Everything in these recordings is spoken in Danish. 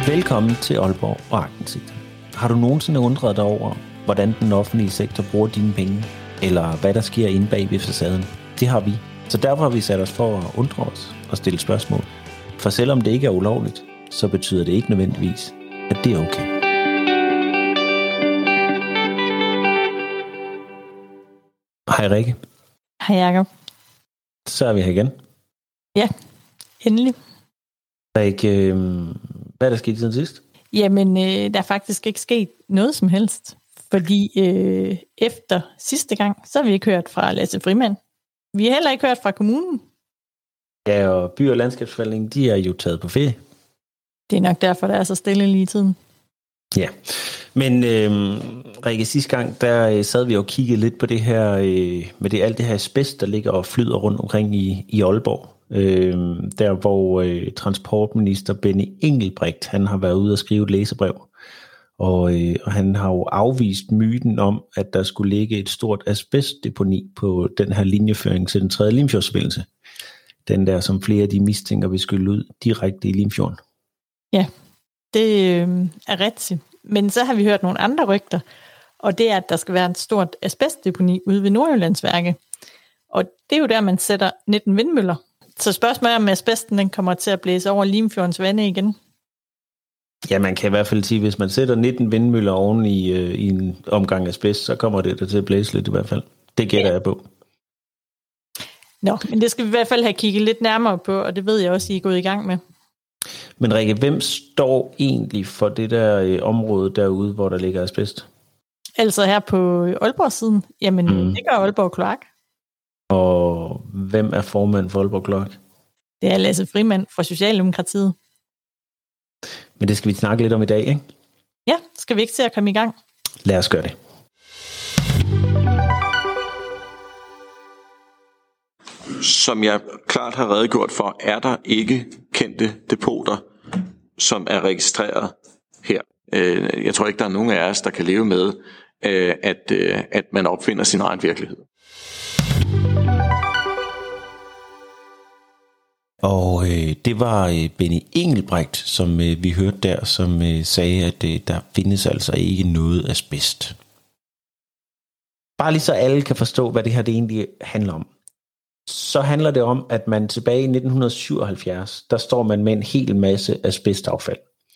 Velkommen til Aalborg og Aktindsigt. Har du nogensinde undret dig over, hvordan den offentlige sektor bruger dine penge, eller hvad der sker inde bag ved facaden? Det har vi. Så derfor har vi sat os for at undre os og stille spørgsmål. For selvom det ikke er ulovligt, så betyder det ikke nødvendigvis, at det er okay. Hej Rikke. Hej Jacob. Så er vi her igen. Ja, endelig. Rikke, hvad er der sket siden sidst? Jamen, der er faktisk ikke sket noget som helst. Fordi efter sidste gang, så har vi ikke hørt fra Lasse Frimand. Vi har heller ikke hørt fra kommunen. Ja, og by- og landskabsforvaltningen, de er jo taget på ferie. Det er nok derfor, der er så stille lige i tiden. Ja, men Rikke, sidste gang, der sad vi og kiggede lidt på det her, med alt det her asbest, der ligger og flyder rundt omkring i Aalborg. Der hvor transportminister Benny Engelbrecht, han har været ude og skrive et læserbrev. Og han har jo afvist myten om, at der skulle ligge et stort asbestdeponi på den her linjeføring til den 3. Limfjordsforbindelse. Den der, som flere af de mistænker vil skylle ud direkte i Limfjorden. Ja, det er rigtigt. Men så har vi hørt nogle andre rygter, og det er, at der skal være et stort asbestdeponi ude ved Nordjyllandsværket. Og det er jo der, man sætter 19 vindmøller. Så spørgsmålet er, om asbesten den kommer til at blæse over Limfjordens vande igen. Ja, man kan i hvert fald sige, at hvis man sætter 19 vindmøller oven i en omgang asbest, så kommer det der til at blæse lidt i hvert fald. Det gætter jeg på. Nå, men det skal vi i hvert fald have kigget lidt nærmere på, og det ved jeg også, I er gået i gang med. Men Rikke, hvem står egentlig for det der område derude, hvor der ligger asbest? Altså her på Aalborg-siden? Jamen, det gør Aalborg Kloak. Og hvem er formand for Aalborg Kloak? Det er Lasse Frimand fra Socialdemokratiet. Men det skal vi snakke lidt om i dag, ikke? Ja, skal vi ikke se at komme i gang? Lad os gøre det. Som jeg klart har redegjort for, er der ikke kendte depoter, som er registreret her. Jeg tror ikke, der er nogen af os, der kan leve med, at man opfinder sin egen virkelighed. Og det var Benny Engelbrecht, som vi hørte der, som sagde, at der findes altså ikke noget asbest. Bare lige så alle kan forstå, hvad det her det egentlig handler om. Så handler det om, at man tilbage i 1977, der står man med en hel masse asbestaffald.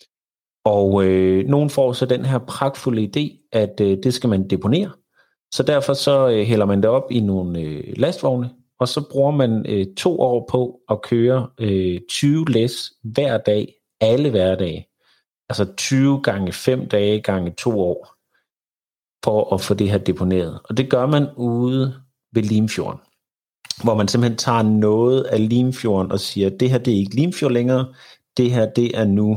Og nogen får så den her pragtfulde idé, at det skal man deponere. Så derfor så hælder man det op i nogle lastvogne, og så bruger man 2 år på at køre 20 læs hver dag, alle hverdage. Altså 20 gange 5 dage gange 2 år, for at få det her deponeret. Og det gør man ude ved Limfjorden, hvor man simpelthen tager noget af Limfjorden og siger, at det her det er ikke Limfjord længere, det her det er nu,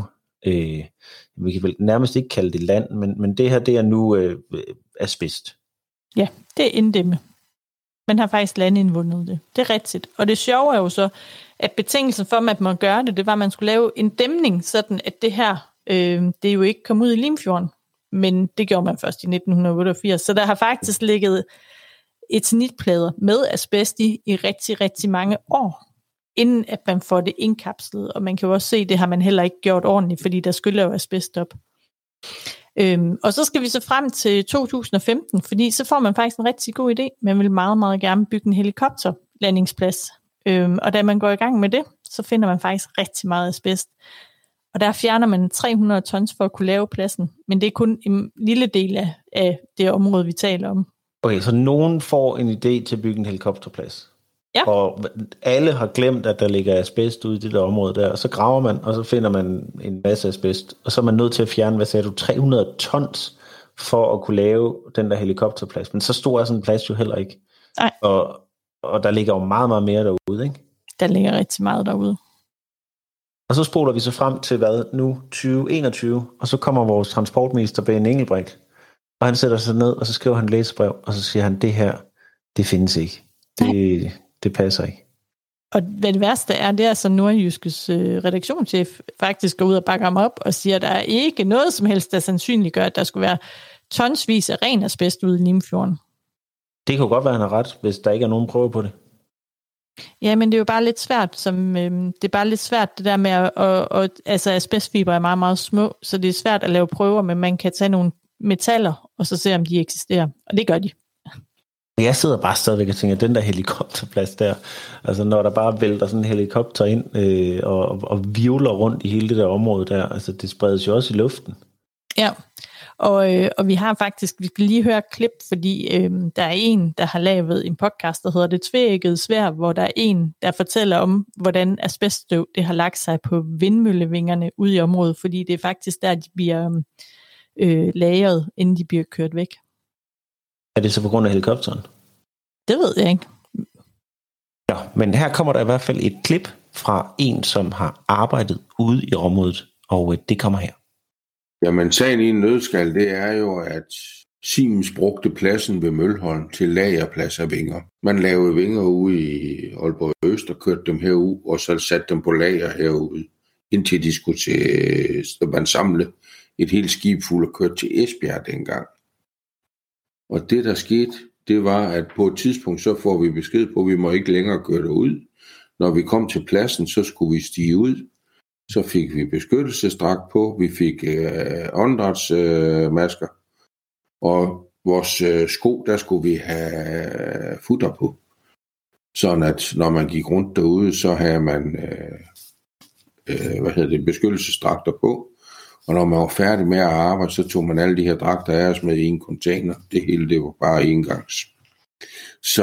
vi kan vel nærmest ikke kalde det land, men det her det er nu asbest. Ja, det er inddæmme. Man har faktisk landindvundet det. Det er rigtigt. Og det sjove er jo så, at betingelsen for, at man gør det, det var, at man skulle lave en dæmning, sådan at det her, det jo ikke kom ud i Limfjorden. Men det gjorde man først i 1988. Så der har faktisk ligget eternitplader med asbest i rigtig, rigtig mange år, inden at man får det indkapslet. Og man kan jo også se, at det har man heller ikke gjort ordentligt, fordi der skyller jo asbest op. Og så skal vi så frem til 2015, fordi så får man faktisk en rigtig god idé. Man vil meget, meget gerne bygge en helikopterlandingsplads. Og da man går i gang med det, så finder man faktisk rigtig meget asbest. Og der fjerner man 300 tons for at kunne lave pladsen. Men det er kun en lille del af det område, vi taler om. Okay, så nogen får en idé til at bygge en helikopterplads. Ja. Og alle har glemt, at der ligger asbest ude i det der område der. Og så graver man, og så finder man en masse asbest. Og så er man nødt til at fjerne, hvad sagde du, 300 tons for at kunne lave den der helikopterplads. Men så stor er sådan en plads jo heller ikke. Nej. Og der ligger jo meget, meget mere derude, ikke? Der ligger rigtig meget derude. Og så spoler vi så frem til, hvad nu, 2021. Og så kommer vores transportminister Benny Engelbrecht. Og han sætter sig ned, og så skriver han et læsebrev, og så siger han, det her, det findes ikke. Det passer ikke. Og hvad det værste er, det er så Nordjyskes redaktionschef faktisk går ud og bakker ham op og siger, at der er ikke noget som helst, der sandsynliggør, at der skulle være tonsvis af ren asbest ude i Limfjorden. Det kan godt være, han har ret, hvis der ikke er nogen prøver på det. Ja, men det er jo bare lidt svært, det er bare lidt svært det der med altså asbestfibre er meget, meget små, så det er svært at lave prøver, men man kan tage nogle metaller, og så se, om de eksisterer. Og det gør de. Jeg sidder bare stadigvæk og tænker, den der helikopterplads der, altså når der bare vælter sådan en helikopter ind og virvler rundt i hele det der område der, altså det spredes jo også i luften. Ja, og vi har faktisk, vi skal lige høre et klip, fordi der er en, der har lavet en podcast, der hedder Det Tveæggede Sværd, hvor der er en, der fortæller om, hvordan asbeststøv det har lagt sig på vindmøllevingerne ude i området, fordi det er faktisk der, de bliver lagret, inden de bliver kørt væk. Er det så på grund af helikopteren? Det ved jeg ikke. Ja, men her kommer der i hvert fald et klip fra en, som har arbejdet ude i området, og det kommer her. Jamen, sagen i en nødskal, det er jo, at Siemens brugte pladsen ved Mølholm til lagerplads af vinger. Man lavede vinger ude i Aalborg Øst og kørte dem herud, og så satte dem på lager herude, indtil de skulle til, man samle et helt skib fuld og kørte til Esbjerg dengang. Og det, der skete, det var, at på et tidspunkt, så får vi besked på, at vi må ikke længere køre derud. Når vi kom til pladsen, så skulle vi stige ud. Så fik vi beskyttelsesdragt på, vi fik åndedrætsmasker, og vores sko, der skulle vi have futter på. Sådan at når man gik rundt derude, så havde man beskyttelsesdragter på. Og når man var færdig med at arbejde, så tog man alle de her dragter af os med i en container. Det hele, det var bare engangs. Så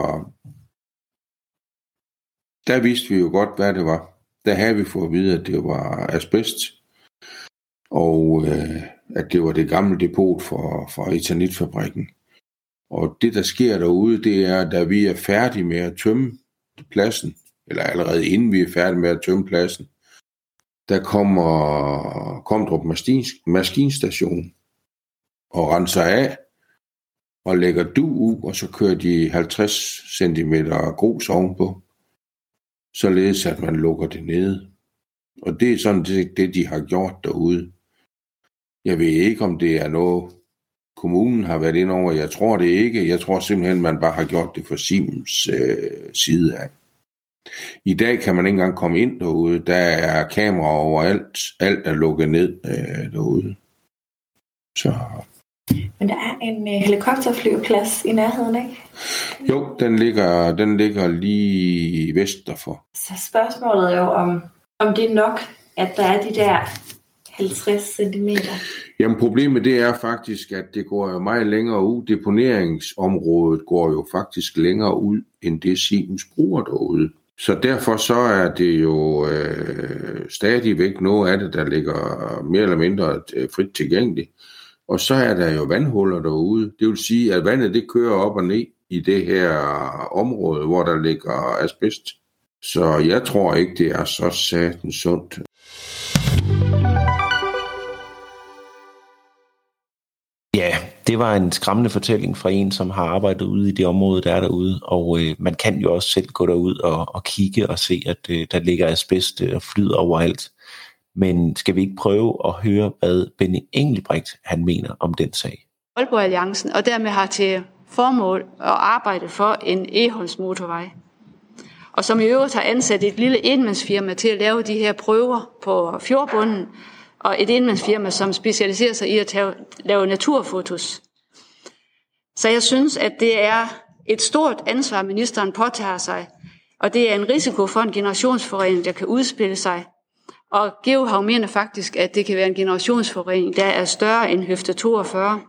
der vidste vi jo godt, hvad det var. Der havde vi fået at vide, at det var asbest, og at det var det gamle depot for Eternitfabrikken. Og det, der sker derude, det er, da vi er færdige med at tømme pladsen, eller allerede inden vi er færdige med at tømme pladsen, der kommer Komdrup Maskinstation og renser af og lægger ud, og så kører de 50 cm grus ovenpå, således at man lukker det nede. Og det er sådan det, de har gjort derude. Jeg ved ikke, om det er noget, kommunen har været ind over. Jeg tror det ikke. Jeg tror simpelthen, man bare har gjort det fra Siemens side af. I dag kan man ikke engang komme ind derude. Der er kameraer overalt. Alt er lukket ned derude. Så. Men der er en helikopterflyveplads i nærheden, ikke? Jo, den ligger lige vest derfor. Så spørgsmålet er jo, om det er nok, at der er de der 50 cm. Jamen problemet det er faktisk, at det går jo meget længere ud. Deponeringsområdet går jo faktisk længere ud, end det Siemens bruger derude. Så derfor så er det jo stadigvæk noget af det, der ligger mere eller mindre frit tilgængeligt. Og så er der jo vandhuller derude. Det vil sige, at vandet det kører op og ned i det her område, hvor der ligger asbest. Så jeg tror ikke, det er så satans sundt. Ja, det var en skræmmende fortælling fra en, som har arbejdet ude i det område, der er derude. Og man kan jo også selv gå derud og kigge og se, at der ligger asbest og flyder overalt. Men skal vi ikke prøve at høre, hvad Benny Engelbrecht han mener om den sag? Aalborg Alliancen, og dermed har til formål at arbejde for en Egholmsmotorvej. Og som i øvrigt har ansat et lille enmandsfirma til at lave de her prøver på fjordbunden, og et enmandsfirma, som specialiserer sig i at lave naturfotos. Så jeg synes, at det er et stort ansvar, ministeren påtager sig, og det er en risiko for en generationsforurening, der kan udspille sig. Og GeoHav mener faktisk, at det kan være en generationsforurening, der er større end høfde 42.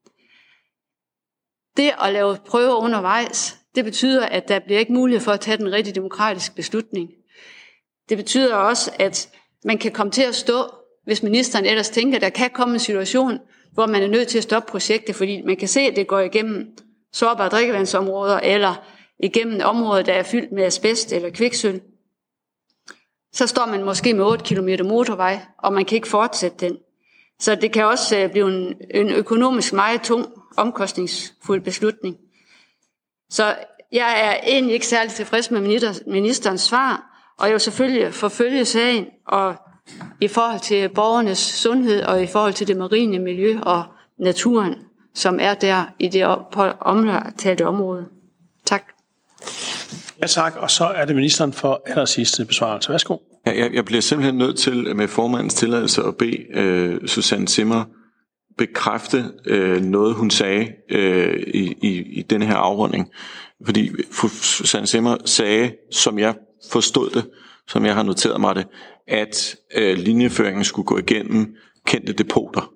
Det at lave prøver undervejs, det betyder, at der bliver ikke mulighed for at tage den rigtige demokratiske beslutning. Det betyder også, at man kan komme til at stå, hvis ministeren ellers tænker, at der kan komme en situation, hvor man er nødt til at stoppe projektet, fordi man kan se, at det går igennem sårbare drikkevandsområder, eller igennem områder, der er fyldt med asbest eller kviksølv. Så står man måske med 8 km motorvej, og man kan ikke fortsætte den. Så det kan også blive en økonomisk meget tung, omkostningsfuld beslutning. Så jeg er egentlig ikke særlig tilfreds med ministerens svar, og jeg vil selvfølgelig forfølge sagen, og i forhold til borgernes sundhed, og i forhold til det marine miljø og naturen, som er der i det omtalte område. Tak. Ja tak, og så er det ministeren for allersidste besvarelse. Værsgo. Ja, jeg bliver simpelthen nødt til med formandens tilladelse at bede Susanne Zimmer bekræfte noget, hun sagde i denne her afrunding. Fordi Susanne Zimmer sagde, som jeg forstod det, som jeg har noteret mig det, at linjeføringen skulle gå igennem kendte depoter.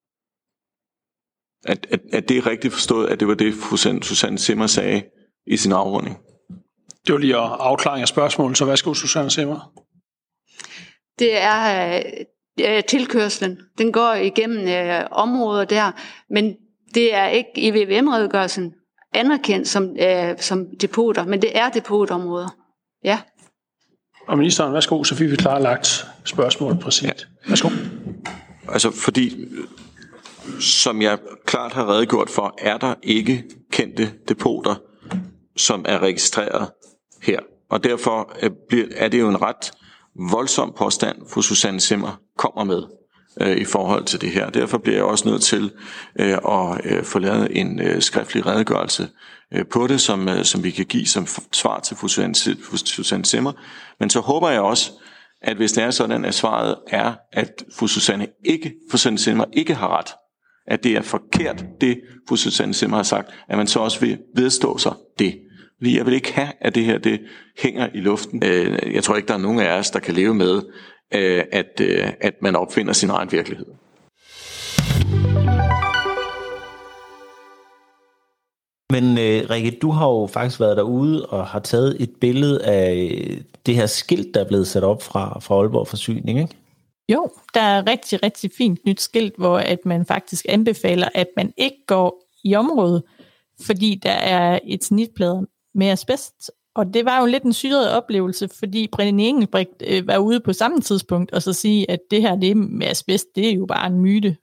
At det er rigtigt forstået, at det var det, Susanne Zimmer sagde i sin afrunding? Det var lige afklaring af spørgsmålet, så værsgo, Susanne Zimmer. Det er tilkørslen. Den går igennem områder der, men det er ikke i VVM-redegørelsen anerkendt som depoter, men det er depotområder. Ja. Og ministeren, værsgo, så fik vi klarlagt spørgsmålet præcist. Værsgo. Altså fordi, som jeg klart har redegjort for, er der ikke kendte depoter, som er registreret her. Og derfor er det jo en ret voldsom påstand, fru Susanne Zimmer kommer med i forhold til det her. Derfor bliver jeg også nødt til at få lavet en skriftlig redegørelse på det, som vi kan give som svar til fru Susanne Zimmer. Men så håber jeg også, at hvis det er sådan, at svaret er, at fru Susanne Zimmer ikke har ret, at det er forkert, det fru Susanne Zimmer har sagt, at man så også vil vedstå sig det. Fordi jeg vil ikke have, at det her det hænger i luften. Jeg tror ikke, der er nogen af os, der kan leve med, at man opfinder sin egen virkelighed. Men Rikke, du har jo faktisk været derude og har taget et billede af det her skilt, der er blevet sat op fra Aalborg Forsyning, ikke? Jo, der er rigtig, rigtig fint nyt skilt, hvor at man faktisk anbefaler, at man ikke går i området, fordi der er eternitplader med asbest. Og det var jo lidt en syret oplevelse, fordi Benny Engelbrecht var ude på samme tidspunkt, og så sige, at det her det med asbest, det er jo bare en myte.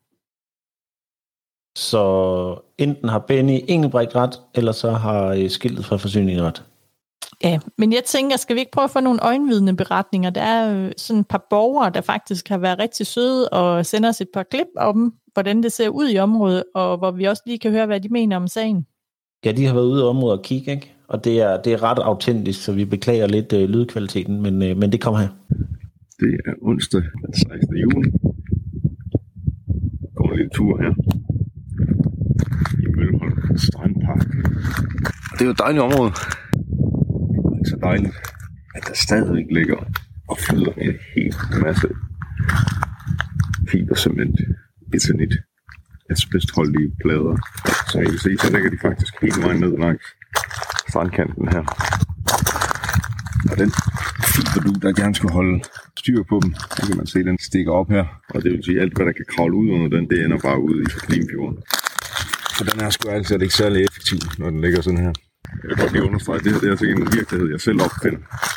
Så enten har Benny Engelbrecht ret, eller så har skiltet fra forsyningen ret. Ja, men jeg tænker, skal vi ikke prøve at få nogle øjenvidende beretninger? Der er sådan et par borgere, der faktisk har været rigtig søde og sender os et par klip om, hvordan det ser ud i området, og hvor vi også lige kan høre, hvad de mener om sagen. Ja, de har været ude i området og kigge, ikke? Og det er ret autentisk, så vi beklager lidt lydkvaliteten, men det kommer her. Det er onsdag den 16. juni. Der kommer en lille tur her i Mølholm Strandpark. Det er jo et dejligt område. Det er ikke så dejligt, at der stadigvæk ligger og flyder en hel masse fibercement, eternit, asbestholdige plader. Så I kan se, så ligger de faktisk hele vejen ned langs strandkanten her. Og den fiberdug, der gerne skulle holde styr på dem, så kan man se, den stikker op her. Og det vil sige, at alt hvad der kan kravle ud under den, det ender bare ude i Limfjorden. Så den er sgu altså ikke særlig effektiv, når den ligger sådan her. Jeg vil godt lige understrege, det her det er altså en virkelighed, jeg selv opfinder.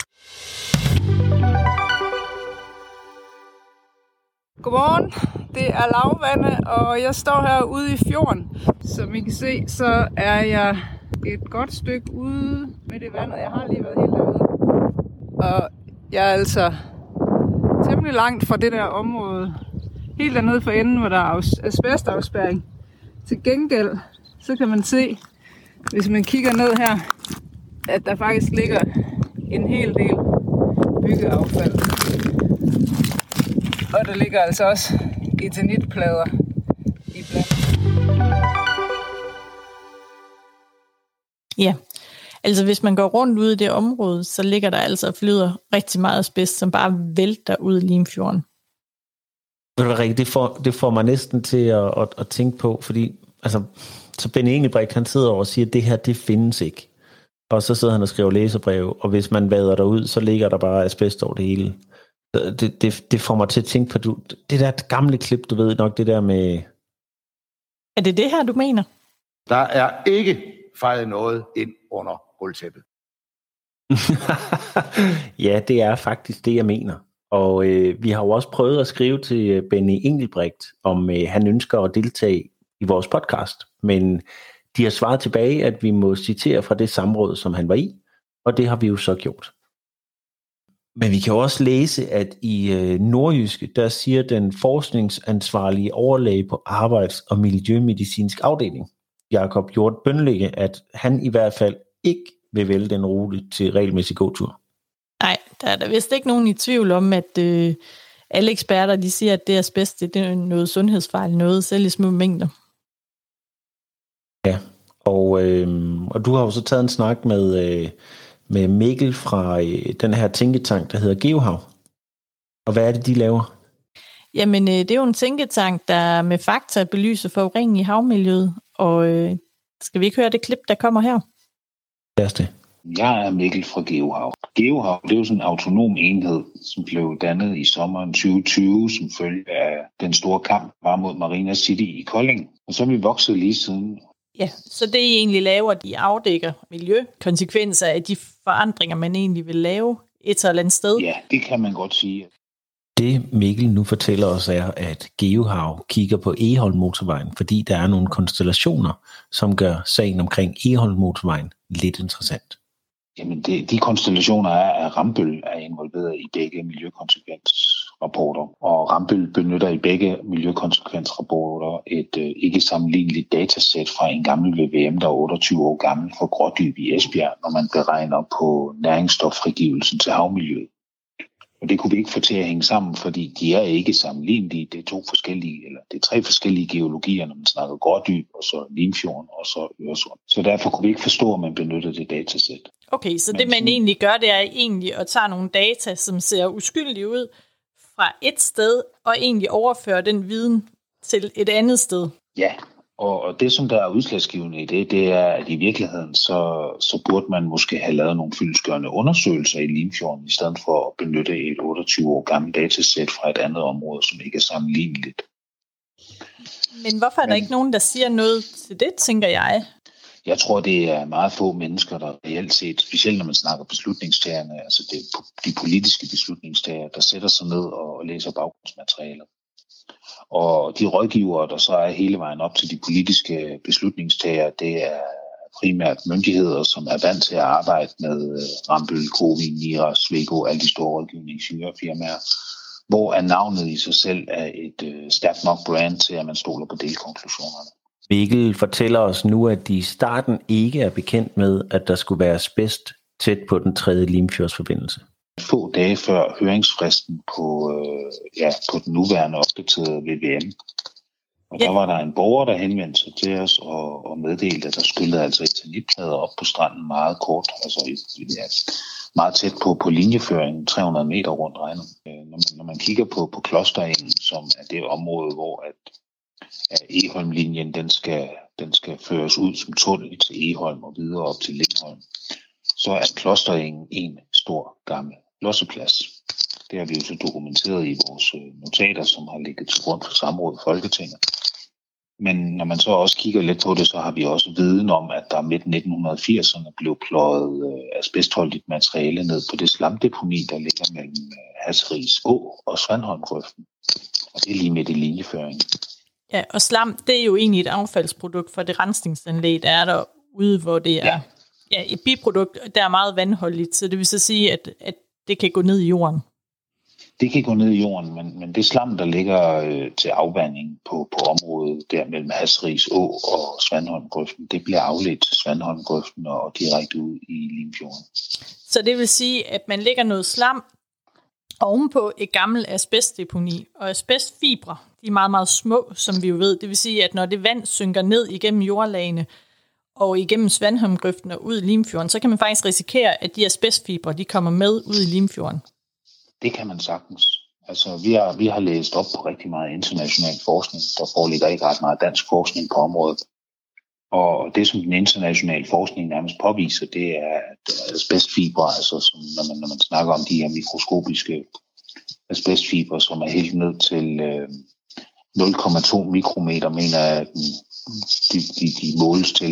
Godmorgen, det er lavvande, og jeg står herude i fjorden. Som I kan se, så er jeg et godt stykke ude med det vand, og jeg har lige været helt derude. Og jeg er altså temmelig langt fra det der område, helt dernede for enden, hvor der er asbestafspærring. Til gengæld, så kan man se, hvis man kigger ned her, at der faktisk ligger en hel del byggeaffald. Og der ligger altså også eternitplader iblandt. Ja, altså hvis man går rundt ude i det område, så ligger der altså og flyder rigtig meget asbest, som bare vælter ud i Limfjorden. Det får mig næsten til at tænke på, fordi altså, så Benny Engelbrecht, han sidder over og siger, at det her, det findes ikke. Og så sidder han og skriver læserbreve, og hvis man vader derud, så ligger der bare asbest over det hele. Det får mig til at tænke på, det der gamle klip, du ved nok, det der med... Er det det her, du mener? Der er ikke fejret noget ind under gulvtæppet. Ja, det er faktisk det, jeg mener. Og vi har jo også prøvet at skrive til Benny Engelbrecht, om han ønsker at deltage i vores podcast. Men de har svaret tilbage, at vi må citere fra det samråd, som han var i. Og det har vi jo så gjort. Men vi kan jo også læse, at i Nordjyske, der siger den forskningsansvarlige overlæge på Arbejds- og Miljømedicinsk afdeling, Jakob Hjort Bønlægge, at han i hvert fald ikke vil vælge den rute til regelmæssig gåtur. Nej, der er der vist ikke nogen i tvivl om, at alle eksperter de siger, at det asbest det er noget sundhedsfarligt noget, selv i små mængder. Ja, og du har jo så taget en snak med Mikkel fra den her tænketank, der hedder GeoHav. Og hvad er det, de laver? Jamen, det er jo en tænketank, der med fakta belyser forurening i havmiljøet. Og skal vi ikke høre det klip, der kommer her? Lad os det. Jeg er Mikkel fra GeoHav. GeoHav, det er jo sådan en autonom enhed, som blev dannet i sommeren 2020, som følge af den store kamp var mod Marina City i Kolding. Og så er vi vokset lige siden. Ja, så det I egentlig laver, de afdækker miljøkonsekvenser af de forandringer, man egentlig vil lave et eller andet sted. Ja, det kan man godt sige. Det Mikkel nu fortæller os er, at GeoHav kigger på Egholm-motorvejen, fordi der er nogle konstellationer, som gør sagen omkring Egholm-motorvejen lidt interessant. Jamen, de konstellationer er, at Rambøll er involveret i begge miljøkonsekvensrapporter, og Rambøll benytter i begge miljøkonsekvensrapporter et ikke sammenligneligt datasæt fra en gammel VVM, der er 28 år gammel for Grådyb i Esbjerg, når man beregner på næringsstoffrigivelsen til havmiljøet. Og det kunne vi ikke få til at hænge sammen, fordi de er ikke sammenlignelige. Det er tre forskellige geologier, når man snakker Grådyb, og så Limfjorden, og så Øresund. Så derfor kunne vi ikke forstå, at man benytter det datasæt. Okay, så det man egentlig gør, det er egentlig at tage nogle data, som ser uskyldige ud fra et sted, og egentlig overføre den viden til et andet sted. Ja, og det, som der er udslagsgivende i det er, at i virkeligheden, så burde man måske have lavet nogle fyldestgørende undersøgelser i Limfjorden, i stedet for at benytte et 28 år gammelt datasæt fra et andet område, som ikke er sammenligneligt. Men hvorfor er der ikke nogen, der siger noget til det, tænker jeg? Jeg tror, det er meget få mennesker, der reelt set, specielt når man snakker beslutningstagerne, altså de politiske beslutningstagere, der sætter sig ned og læser baggrundsmaterialet. Og de rådgivere, der så er hele vejen op til de politiske beslutningstagere, det er primært myndigheder, som er vant til at arbejde med Rambøll, Cowi, Nira, Svego, alle de store rådgivningsfirmaer, hvor navnet i sig selv er et stærkt nok brand til, at man stoler på delkonklusionerne. Mikkel fortæller os nu, at de i starten ikke er bekendt med, at der skulle være asbest tæt på den 3. Limfjordsforbindelse. Få dage før høringsfristen på den nuværende opdaterede VVM. Og der var der en borger, der henvendte sig til os og meddelte, at der skyllede altså eternitplader op på stranden meget kort, altså meget tæt på linjeføringen, 300 meter rundt regnet. Når man kigger på Klosterengen, som er det område, hvor at Egholm-linjen den skal føres ud som tunnel til Egholm og videre op til Lindholm, så er Klosterengen en stor gammel losseplads. Det har vi jo så dokumenteret i vores notater, som har ligget til grund for samrådet i Folketinget. Men når man så også kigger lidt på det, så har vi også viden om, at der midt 1980'erne blev pløjet asbestholdigt materiale ned på det slamdeponi, der ligger mellem Hasseris Å og Svanholmgrøften. Og det er lige midt i linjeføringen. Ja, og slam, det er jo egentlig et affaldsprodukt for det rensningsanlæg, der er derude, hvor det er et biprodukt, der er meget vandholdigt. Så det vil så sige, at det kan gå ned i jorden. Det kan gå ned i jorden, men det slam, der ligger til afvanding på området der mellem Hasseris Å og Svanholmgrøften, det bliver afledt til Svanholmgrøften og direkte ud i Limfjorden. Så det vil sige, at man lægger noget slam ovenpå et gammelt asbestdeponi, og asbestfibre, de er meget, meget små, som vi jo ved. Det vil sige, at når det vand synker ned igennem jordlagene og igennem Svanholmgrøften og ud i Limfjorden, så kan man faktisk risikere, at de asbestfibre, de kommer med ud i Limfjorden. Det kan man sagtens. Altså, vi har læst op på rigtig meget international forskning. Der foreligger ikke ret meget dansk forskning på området. Og det, som den internationale forskning nærmest påviser, det er, at asbestfibre, altså som, når man snakker om de her mikroskopiske asbestfibre, som er helt ned til 0,2 mikrometer, mener jeg, at de måles til,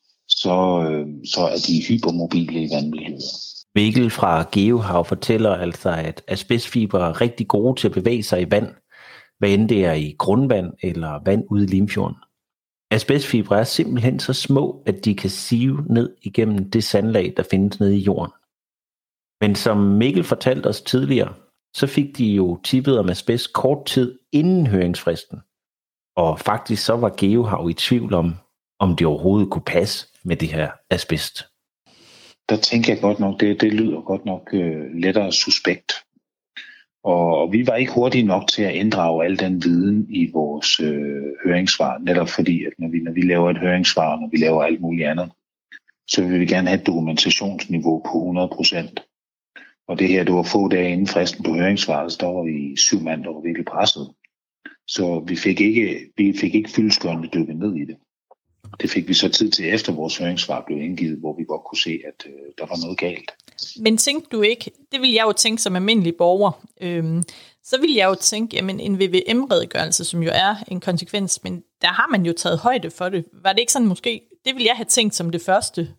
så er de hypermobile i vandmiljøet. Mikkel fra GeoHav fortæller altså, at asbestfibre er rigtig gode til at bevæge sig i vand, hvad end det er i grundvand eller vand ude i Limfjorden. Asbestfibre er simpelthen så små, at de kan sive ned igennem det sandlag, der findes nede i jorden. Men som Mikkel fortalte os tidligere, så fik de jo tippet om asbest kort tid inden høringsfristen. Og faktisk så var GeoHav i tvivl om det overhovedet kunne passe med det her asbest. der tænker jeg godt nok, det lyder godt nok lettere suspekt. Og vi var ikke hurtige nok til at inddrage al den viden i vores høringssvar, netop fordi, at når vi laver et høringssvar, når vi laver alt muligt andet, så vil vi gerne have et dokumentationsniveau på 100%. Og det her, det var få dage inden fristen på høringssvaret, så der var vi 7 mand, der var virkelig presset. Så vi fik ikke fyldestgørende dykket ned i det. Det fik vi så tid til, efter vores høringssvar blev indgivet, hvor vi godt kunne se, at der var noget galt. Men tænkte du ikke, det ville jeg jo tænke som almindelig borger, så ville jeg jo tænke, jamen en VVM-redegørelse, som jo er en konsekvens, men der har man jo taget højde for det. Var det ikke sådan måske, det ville jeg have tænkt som det første?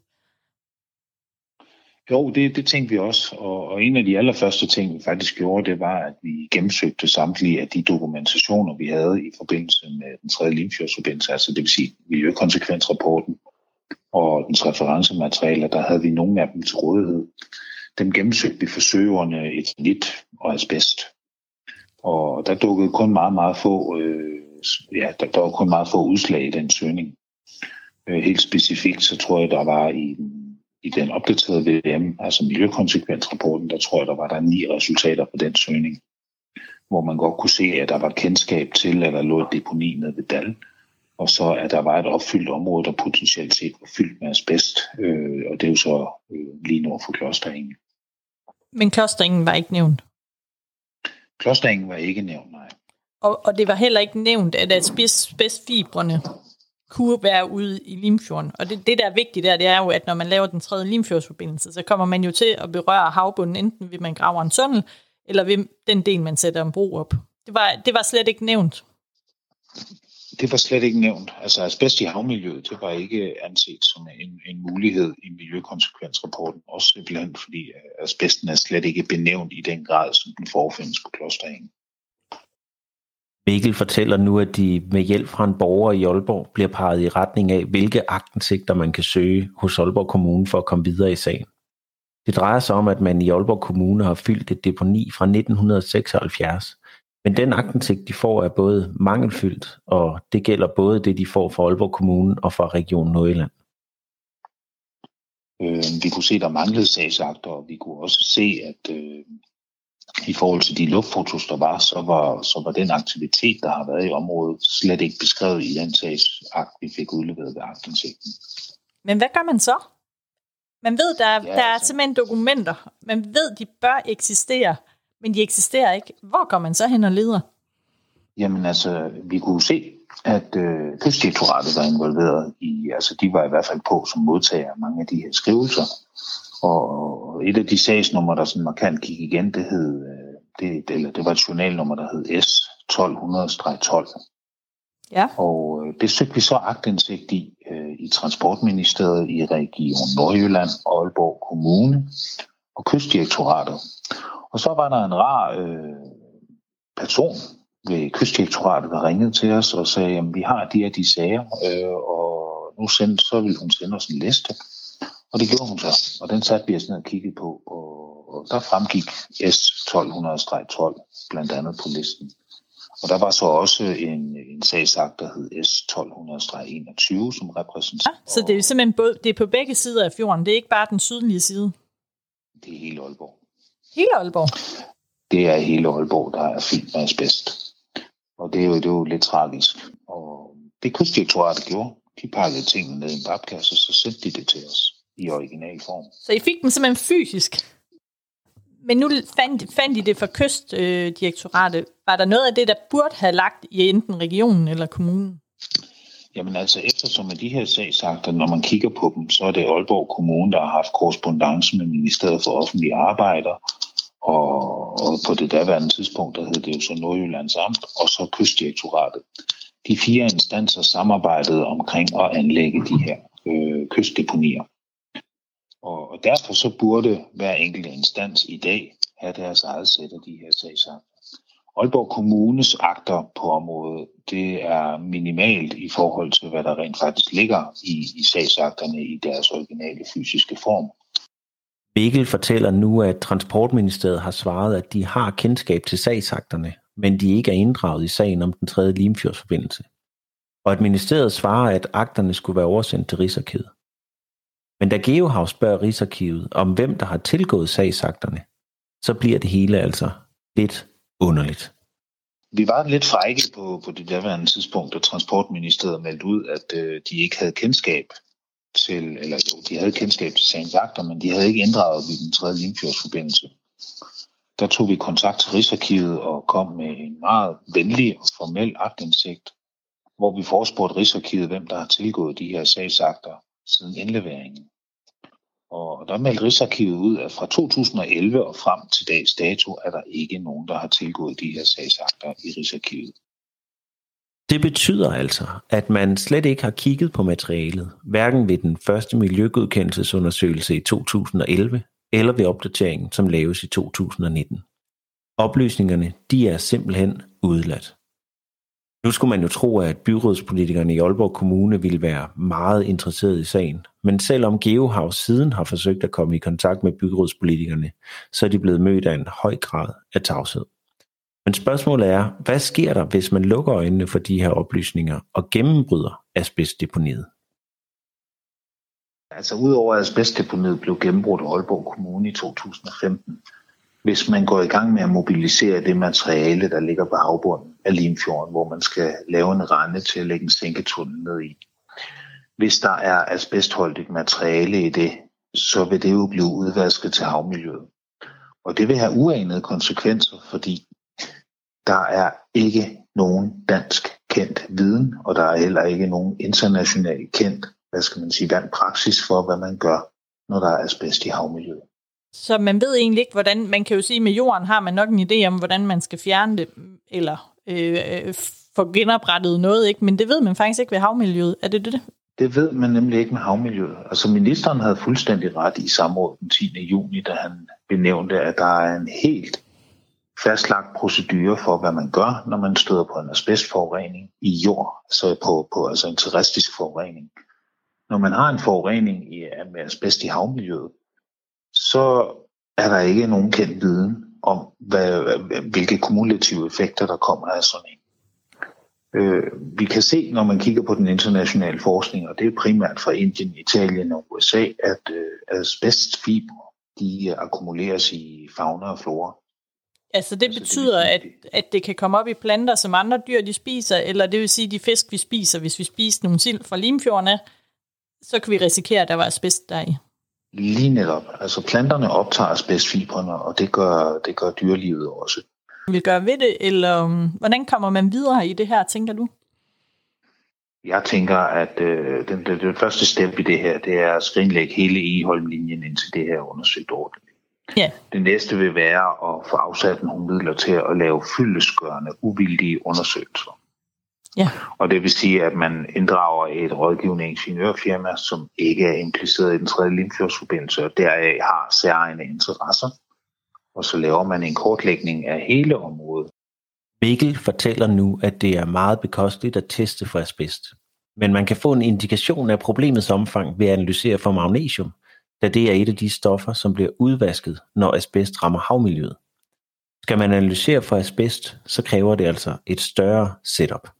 Jo, det tænkte vi også, og en af de allerførste ting, vi faktisk gjorde, det var, at vi gennemsøgte samtlige af de dokumentationer, vi havde i forbindelse med den 3. Limfjordsforbindelse, altså det vil sige miljøkonsekvensrapporten og dens referencematerialer, der havde vi nogle af dem til rådighed. Dem gennemsøgte vi for søgerne eternit og asbest. Og der dukkede kun meget få, der var kun meget få udslag i den søgning. Helt specifikt, så tror jeg, der var i den opdaterede VVM, altså miljøkonsekvensrapporten, der tror jeg, der var der 9 resultater på den søgning, hvor man godt kunne se, at der var kendskab til, at der lå et deponi nede ved Dal, og så at der var et opfyldt område, der potentielt set var fyldt med asbest, og det er jo så lige nord for Klosterengen. Men Klosterengen var ikke nævnt? Klosterengen var ikke nævnt, nej. Og det var heller ikke nævnt, at asbestfibrene kunne være ude i Limfjorden. Og det der er vigtigt det er jo, at når man laver den 3. Limfjordsforbindelse, så kommer man jo til at berøre havbunden, enten ved man graver en tunnel, eller ved den del, man sætter en bro op. Det var slet ikke nævnt. Det var slet ikke nævnt. Altså asbest i havmiljøet, det var ikke anset som en mulighed i miljøkonsekvensrapporten. Også simpelthen fordi asbesten er slet ikke benævnt i den grad, som den forefindes på Klosterengen. Mikkel fortæller nu, at de med hjælp fra en borger i Aalborg bliver peget i retning af, hvilke aktindsigter man kan søge hos Aalborg Kommune for at komme videre i sagen. Det drejer sig om, at man i Aalborg Kommune har fyldt et deponi fra 1976, men den aktindsigt, de får, er både mangelfyldt, og det gælder både det, de får fra Aalborg Kommune og fra Region Nordjylland. Vi kunne se, at der manglede sagsakter, og vi kunne også se, at i forhold til de luftfotos, der var, så var den aktivitet, der har været i området, slet ikke beskrevet i den sagsakt, vi fik udleveret ved aktindsigten. Men hvad gør man så? Man ved, der er simpelthen dokumenter. Man ved, de bør eksistere, men de eksisterer ikke. Hvor går man så hen og leder? Jamen altså, vi kunne se, at Kystdirektoratet var involveret i, altså de var i hvert fald på som modtager af mange af de her skrivelser. Og et af de sagsnumre, der sådan markant gik igen, det var et journalnummer, der hed S1200-12. Ja. Og det søgte vi så aktindsigt i Transportministeriet, i Region Nordjylland, Aalborg Kommune og Kystdirektoratet. Og så var der en rar person ved Kystdirektoratet, der ringede til os og sagde, at vi har de sager, og nu så vil hun sende os en liste. Og det gjorde hun så, og den satte vi os ned og kiggede på, og der fremgik S1200-12 blandt andet på listen. Og der var så også en sagsakt, der hed S1200-21, som repræsenterer... Ja, så det er simpelthen det er på begge sider af fjorden, det er ikke bare den sydlige side? Det er hele Aalborg. Hele Aalborg? Det er hele Aalborg, der er fyldt med asbest. Og det er jo lidt tragisk. Og det Kystdirektoratet gjorde, de pakkede tingene ned i en papkasse, og så sendte de det til os i original form. Så I fik dem simpelthen fysisk? Men nu fandt I det fra Kystdirektoratet. Var der noget af det, der burde have lagt i enten regionen eller kommunen? Jamen altså, eftersom de her sagsakter, når man kigger på dem, så er det Aalborg Kommune, der har haft korrespondance med Ministeriet for Offentlige Arbejder, og på det daværende tidspunkt, der hed det jo så Nordjyllands Amt, og så Kystdirektoratet. De 4 instanser samarbejdede omkring at anlægge de her kystdeponier. Og derfor så burde hver enkelt instans i dag have deres eget sæt af de her sagsakter. Aalborg Kommunes akter på området, det er minimalt i forhold til, hvad der rent faktisk ligger i sagsakterne i deres originale fysiske form. Mikkel fortæller nu, at Transportministeriet har svaret, at de har kendskab til sagsakterne, men de ikke er inddraget i sagen om den 3. Limfjordsforbindelse. Og at ministeriet svarer, at akterne skulle være oversendt til Rigsarkivet. Men da GeoHav spørger Rigsarkivet om, hvem der har tilgået sagsakterne, så bliver det hele altså lidt underligt. Vi var lidt frække på det daværende tidspunkt, da Transportministeriet meldte ud, at de ikke havde kendskab til, eller jo, de havde kendskab til sagens akter, men de havde ikke inddraget i den tredje Limfjordsforbindelse. Der tog vi kontakt til Rigsarkivet og kom med en meget venlig og formel aktindsigt, hvor vi forespurgte Rigsarkivet, hvem der har tilgået de her sagsakter siden indleveringen. Og der meldte Rigsarkivet ud, at fra 2011 og frem til dags dato er der ikke nogen, der har tilgået de her sagsakter i Rigsarkivet. Det betyder altså, at man slet ikke har kigget på materialet, hverken ved den første miljøgodkendelsesundersøgelse i 2011 eller ved opdateringen, som laves i 2019. Oplysningerne, de er simpelthen udeladt. Nu skulle man jo tro, at byrådspolitikerne i Aalborg Kommune ville være meget interesserede i sagen, men selvom GeoHav siden har forsøgt at komme i kontakt med byrådspolitikerne, så er de blevet mødt af en høj grad af tavshed. Men spørgsmålet er, hvad sker der, hvis man lukker øjnene for de her oplysninger og gennembryder asbestdeponiet? Altså udover at asbestdeponiet blev gennembrudt af Aalborg Kommune i 2015, hvis man går i gang med at mobilisere det materiale, der ligger på havbunden af Limfjorden, hvor man skal lave en rende til at lægge en sænketunnel ned i. Hvis der er asbestholdigt materiale i det, så vil det jo blive udvasket til havmiljøet. Og det vil have uanede konsekvenser, fordi der er ikke nogen dansk kendt viden, og der er heller ikke nogen internationalt kendt, vandpraksis for, hvad man gør, når der er asbest i havmiljøet. Så man ved egentlig ikke, hvordan, man kan jo sige, med jorden har man nok en idé om, hvordan man skal fjerne det, eller få genoprettet noget, ikke? Men det ved man faktisk ikke ved havmiljøet. Er det det? Det ved man nemlig ikke med havmiljøet. Altså ministeren havde fuldstændig ret i samrådet den 10. juni, da han benævnte, at der er en helt fastlagt procedure for, hvad man gør, når man støder på en asbestforurening i jord, altså en terrestisk forurening. Når man har en forurening med asbest i havmiljøet, så er der ikke nogen kendt viden om, hvilke kumulative effekter, der kommer af sådan en. Vi kan se, når man kigger på den internationale forskning, og det er primært fra Indien, Italien og USA, at asbestfibre, de akkumuleres i fauna og flora. Altså det betyder, at det kan komme op i planter, som andre dyr de spiser, eller det vil sige, de fisk, vi spiser, hvis vi spiser nogle sild fra Limfjorden, så kan vi risikere, at der var asbest deri. Lige netop. Altså planterne optager asbestfibrene, og det gør dyrelivet også. Vil gøre ved det, eller hvordan kommer man videre i det her, tænker du? Jeg tænker, at det første step i det her, det er at skrinlægge hele Egholm-linjen indtil det her undersøgt ordentligt. Ja. Det næste vil være at få afsat nogle midler til at lave fyldestgørende, uvildige undersøgelser. Ja. Og det vil sige, at man inddrager et rådgivende ingeniørfirma, som ikke er impliceret i den tredje Limfjordsforbindelse, og deraf har særegne interesser. Og så laver man en kortlægning af hele området. Mikkel fortæller nu, at det er meget bekosteligt at teste for asbest. Men man kan få en indikation af problemets omfang ved at analysere for magnesium, da det er et af de stoffer, som bliver udvasket, når asbest rammer havmiljøet. Skal man analysere for asbest, så kræver det altså et større setup.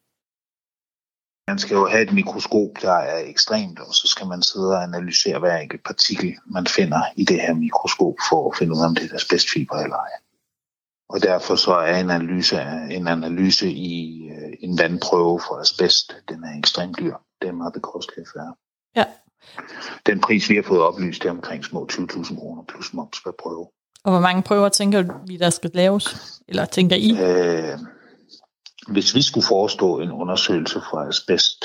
Man skal jo have et mikroskop, der er ekstremt, og så skal man sidde og analysere hver enkelt partikel, man finder i det her mikroskop, for at finde ud af, om det er asbestfiber eller ej. Og derfor så er en analyse i en vandprøve for asbest, den er ekstremt dyr. Det er meget bekosteligt for. Ja. Den pris, vi har fået oplyst, er omkring små 20.000 kroner plus moms per prøve. Og hvor mange prøver tænker vi, der skal laves? Eller tænker I? Hvis vi skulle forestå en undersøgelse fra asbest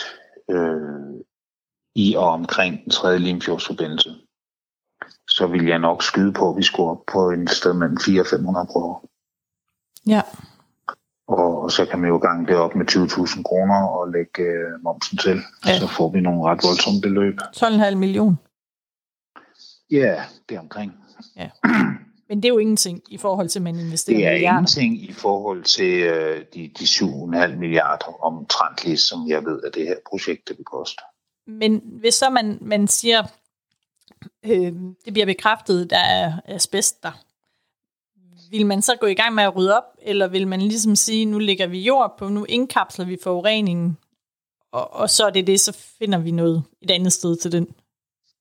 i og omkring den tredje Limfjordsforbindelse, så ville jeg nok skyde på, at vi skulle op på en sted mellem 400 og 500 prøver. Ja. Og så kan man jo gange det op med 20.000 kroner og lægge momsen til. Ja. Så får vi nogle ret voldsomme beløb. 12,5 millioner. Ja, det er omkring. Ja. Men det er jo ingenting i forhold til, at man investerer milliarder. Det er ingenting i forhold til de 7,5 milliarder omtrentligt, som jeg ved, at det her projekt det vil koste. Men hvis så man siger, det bliver bekræftet, der er asbest der, vil man så gå i gang med at rydde op, eller vil man ligesom sige, nu lægger vi jord på, nu indkapsler vi forureningen, og så er det, så finder vi noget et andet sted til den?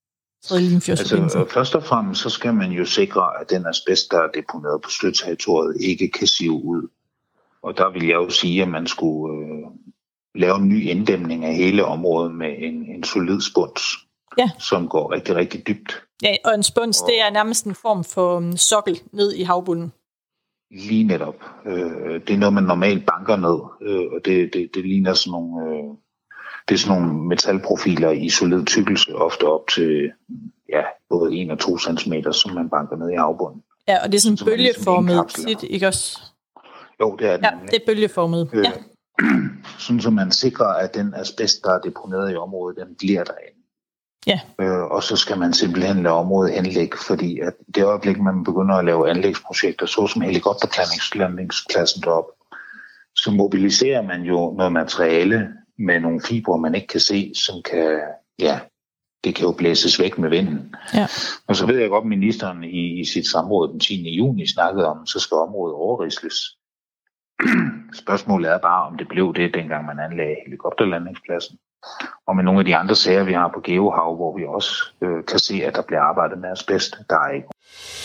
Altså, først og fremmest så skal man jo sikre, at den asbest, der er deponeret på støtterritoriet, ikke kan sive ud. Og der vil jeg jo sige, at man skulle lave en ny inddæmning af hele området med en solid spuns, som går rigtig, rigtig dybt. Ja, og en spuns, det er nærmest en form for sokkel ned i havbunden. Lige netop. Det er noget, man normalt banker ned, og det ligner sådan nogle... Det er sådan nogle metalprofiler i solid tykkelse, ofte op til både 1 og 2 cm, som man banker ned i havbunden. Ja, og det er sådan bølgeformet tit, ikke også? Jo, det er det. Ja, det er bølgeformet. Ja. Sådan, så man sikrer, at den asbest, der er deponeret i området, den bliver derinde. Ja. Og så skal man simpelthen lade området anlæg, fordi at det øjeblik, man begynder at lave anlægsprojekter, såsom helikopterlandingspladsen deroppe, så mobiliserer man jo noget materiale med nogle fibre, man ikke kan se, som kan, det kan jo blæses væk med vinden. Ja. Og så ved jeg godt, at ministeren i sit samråd den 10. juni snakkede om, så skal området overrisles. Spørgsmålet er bare, om det blev det, dengang man anlagde helikopterlandingspladsen. Og med nogle af de andre sager, vi har på Geohav, hvor vi også kan se, at der bliver arbejdet med asbest, der er ikke.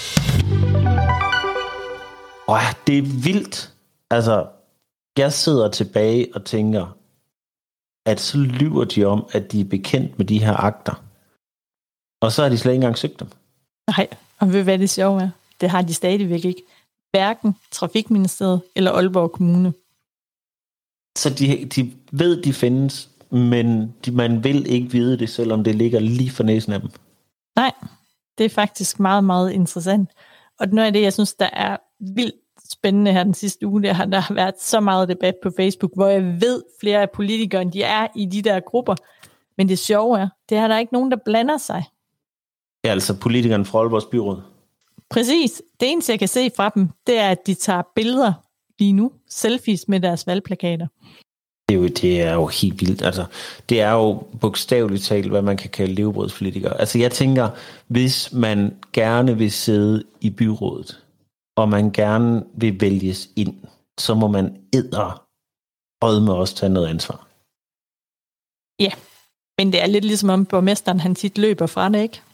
Det er vildt. Altså, jeg sidder tilbage og tænker, at så lyver de om, at de er bekendt med de her akter. Og så har de slet ikke engang søgt dem. Nej, og ved hvad det sjove er? Det har de stadigvæk ikke. Hverken Trafikministeriet eller Aalborg Kommune. Så de ved, de findes, men man vil ikke vide det, selvom det ligger lige for næsen af dem. Nej, det er faktisk meget, meget interessant. Og noget af det, jeg synes, der er vildt spændende her den sidste uge, der har været så meget debat på Facebook, hvor jeg ved, flere af politikerne, de er i de der grupper. Men det sjove er, det er der ikke nogen, der blander sig. Ja, altså politikerne fra Aalborgs byråd. Præcis. Det eneste, jeg kan se fra dem, det er, at de tager billeder lige nu, selfies med deres valgplakater. Det er jo helt vildt. Altså, det er jo bogstaveligt talt, hvad man kan kalde levebrødspolitikere. Altså, jeg tænker, hvis man gerne vil sidde i byrådet, og man gerne vil vælges ind, så må man med også tage noget ansvar. Ja, men det er lidt ligesom om borgmesteren, han tit løber fra det, ikke?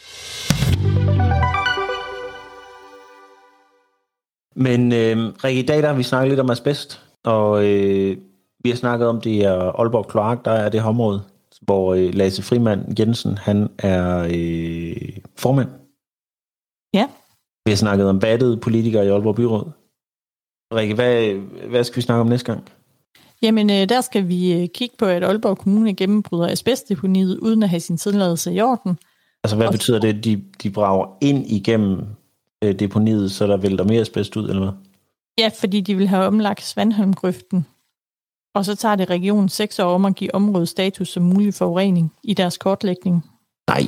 Men Rikke, i dag der har vi snakket lidt om asbest, og vi har snakket om det er Aalborg Kloak, der er det område, hvor Lasse Frimand Jensen, han er formand. Ja. Vi har snakket om battede politikere i Aalborg Byråd. Rikke, hvad skal vi snakke om næste gang? Jamen, der skal vi kigge på, at Aalborg Kommune gennembryder asbestdeponiet, uden at have sin tilladelse i orden. Altså, hvad betyder det? De brager ind igennem deponiet, så der vælter mere asbest ud, eller hvad? Ja, fordi de vil have omlagt Svanholmgrøften. Og så tager det regionen 6 år om at give området status som mulig forurening i deres kortlægning. Nej.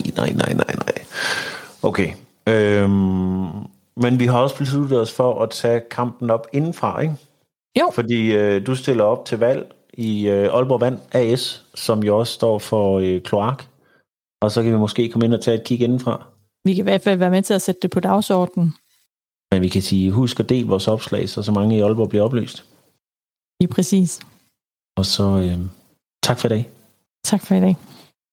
Okay. Men vi har også besluttet os for at tage kampen op indenfra, ikke? Jo. Fordi du stiller op til valg i Aalborg Vand AS, som jo også står for kloak. Og så kan vi måske komme ind og tage et kig indenfra. Vi kan i hvert fald være med til at sætte det på dagsordenen. Men vi kan sige, husk at dele vores opslag, så mange i Aalborg bliver oplyst. Lige præcis. Og så tak for i dag. Tak for i dag.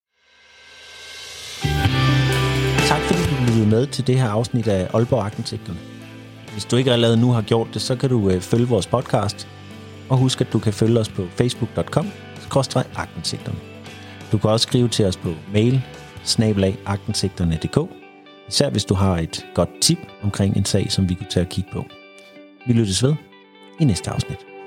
Tak fordi du lyttede med til det her afsnit af Aalborg Aktindsigterne. Hvis du ikke allerede nu har gjort det, så kan du følge vores podcast. Og husk, at du kan følge os på facebook.com/aktindsigterne. Du kan også skrive til os på mail @aktindsigterne.dk, især hvis du har et godt tip omkring en sag, som vi kunne tage at kigge på. Vi lyttes ved i næste afsnit.